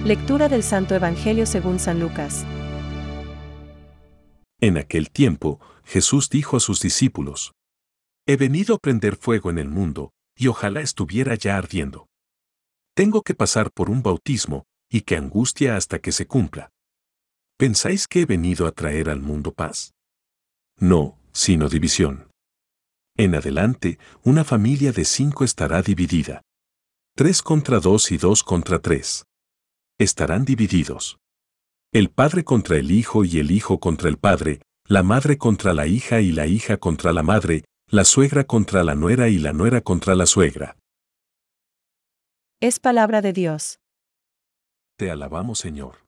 Lectura del Santo Evangelio según San Lucas. En aquel tiempo, Jesús dijo a sus discípulos: He venido a prender fuego en el mundo, y ojalá estuviera ya ardiendo. Tengo que pasar por un bautismo, y que angustia hasta que se cumpla. ¿Pensáis que he venido a traer al mundo paz? No, sino división. En adelante, una familia de 5 estará dividida. 3 contra 2 y 2 contra 3. Estarán divididos. El padre contra el hijo y el hijo contra el padre, la madre contra la hija y la hija contra la madre, la suegra contra la nuera y la nuera contra la suegra. Es palabra de Dios. Te alabamos, Señor.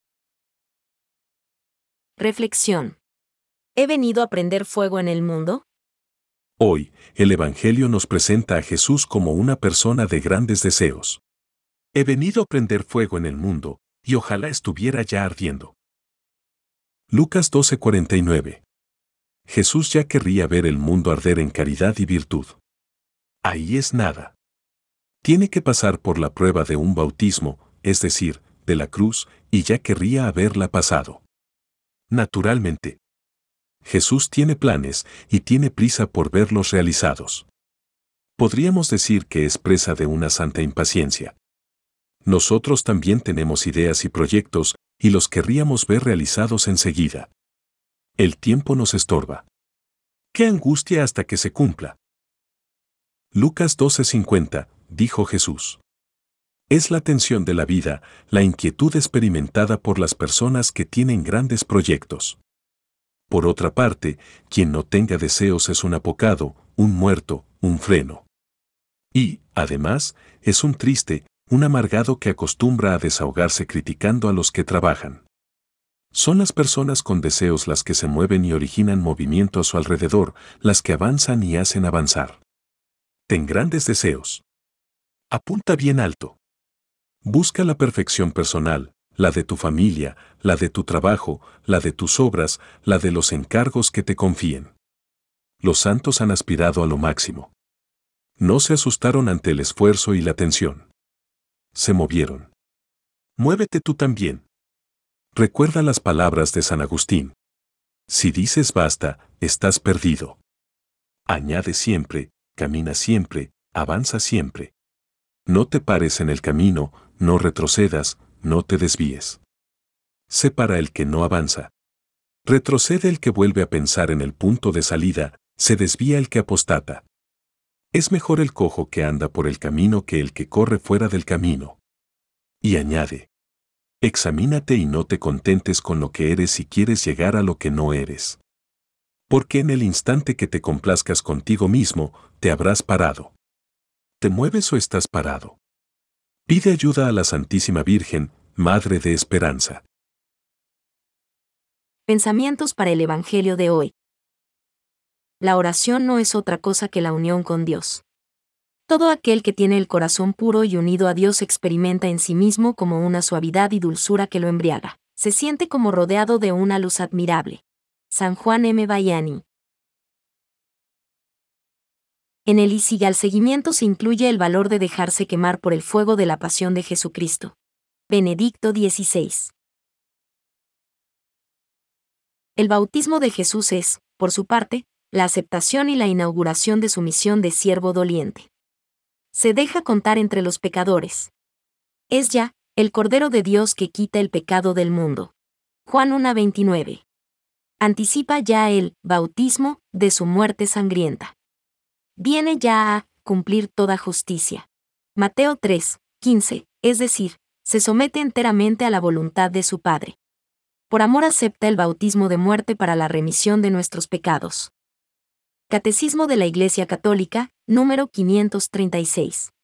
Reflexión. ¿He venido a prender fuego en el mundo? Hoy, el Evangelio nos presenta a Jesús como una persona de grandes deseos. He venido a prender fuego en el mundo, y ojalá estuviera ya ardiendo. Lucas 12:49. Jesús ya querría ver el mundo arder en caridad y virtud. Ahí es nada. Tiene que pasar por la prueba de un bautismo, es decir, de la cruz, y ya querría haberla pasado. Naturalmente. Jesús tiene planes y tiene prisa por verlos realizados. Podríamos decir que es presa de una santa impaciencia. Nosotros también tenemos ideas y proyectos, y los querríamos ver realizados enseguida. El tiempo nos estorba. ¡Qué angustia hasta que se cumpla! Lucas 12:50, dijo Jesús. Es la tensión de la vida, la inquietud experimentada por las personas que tienen grandes proyectos. Por otra parte, quien no tenga deseos es un apocado, un muerto, un freno. Y, además, es un triste, un amargado que acostumbra a desahogarse criticando a los que trabajan. Son las personas con deseos las que se mueven y originan movimiento a su alrededor, las que avanzan y hacen avanzar. Ten grandes deseos. Apunta bien alto. Busca la perfección personal, la de tu familia, la de tu trabajo, la de tus obras, la de los encargos que te confíen. Los santos han aspirado a lo máximo. No se asustaron ante el esfuerzo y la tensión. Se movieron. Muévete tú también. Recuerda las palabras de San Agustín. Si dices basta, estás perdido. Añade siempre, camina siempre, avanza siempre. No te pares en el camino, no retrocedas, no te desvíes. Separa el que no avanza. Retrocede el que vuelve a pensar en el punto de salida, se desvía el que apostata. Es mejor el cojo que anda por el camino que el que corre fuera del camino. Y añade: examínate y no te contentes con lo que eres si quieres llegar a lo que no eres. Porque en el instante que te complazcas contigo mismo, te habrás parado. ¿Te mueves o estás parado? Pide ayuda a la Santísima Virgen, Madre de Esperanza. Pensamientos para el Evangelio de hoy. La oración no es otra cosa que la unión con Dios. Todo aquel que tiene el corazón puro y unido a Dios experimenta en sí mismo como una suavidad y dulzura que lo embriaga. Se siente como rodeado de una luz admirable. San Juan M. Vianney. En el y sigue al seguimiento se incluye el valor de dejarse quemar por el fuego de la pasión de Jesucristo. Benedicto XVI. El bautismo de Jesús es, por su parte, la aceptación y la inauguración de su misión de siervo doliente. Se deja contar entre los pecadores. Es ya, el Cordero de Dios que quita el pecado del mundo. Juan 1:29. Anticipa ya el bautismo de su muerte sangrienta. Viene ya a cumplir toda justicia. Mateo 3:15, es decir, se somete enteramente a la voluntad de su Padre. Por amor acepta el bautismo de muerte para la remisión de nuestros pecados. Catecismo de la Iglesia Católica, número 536.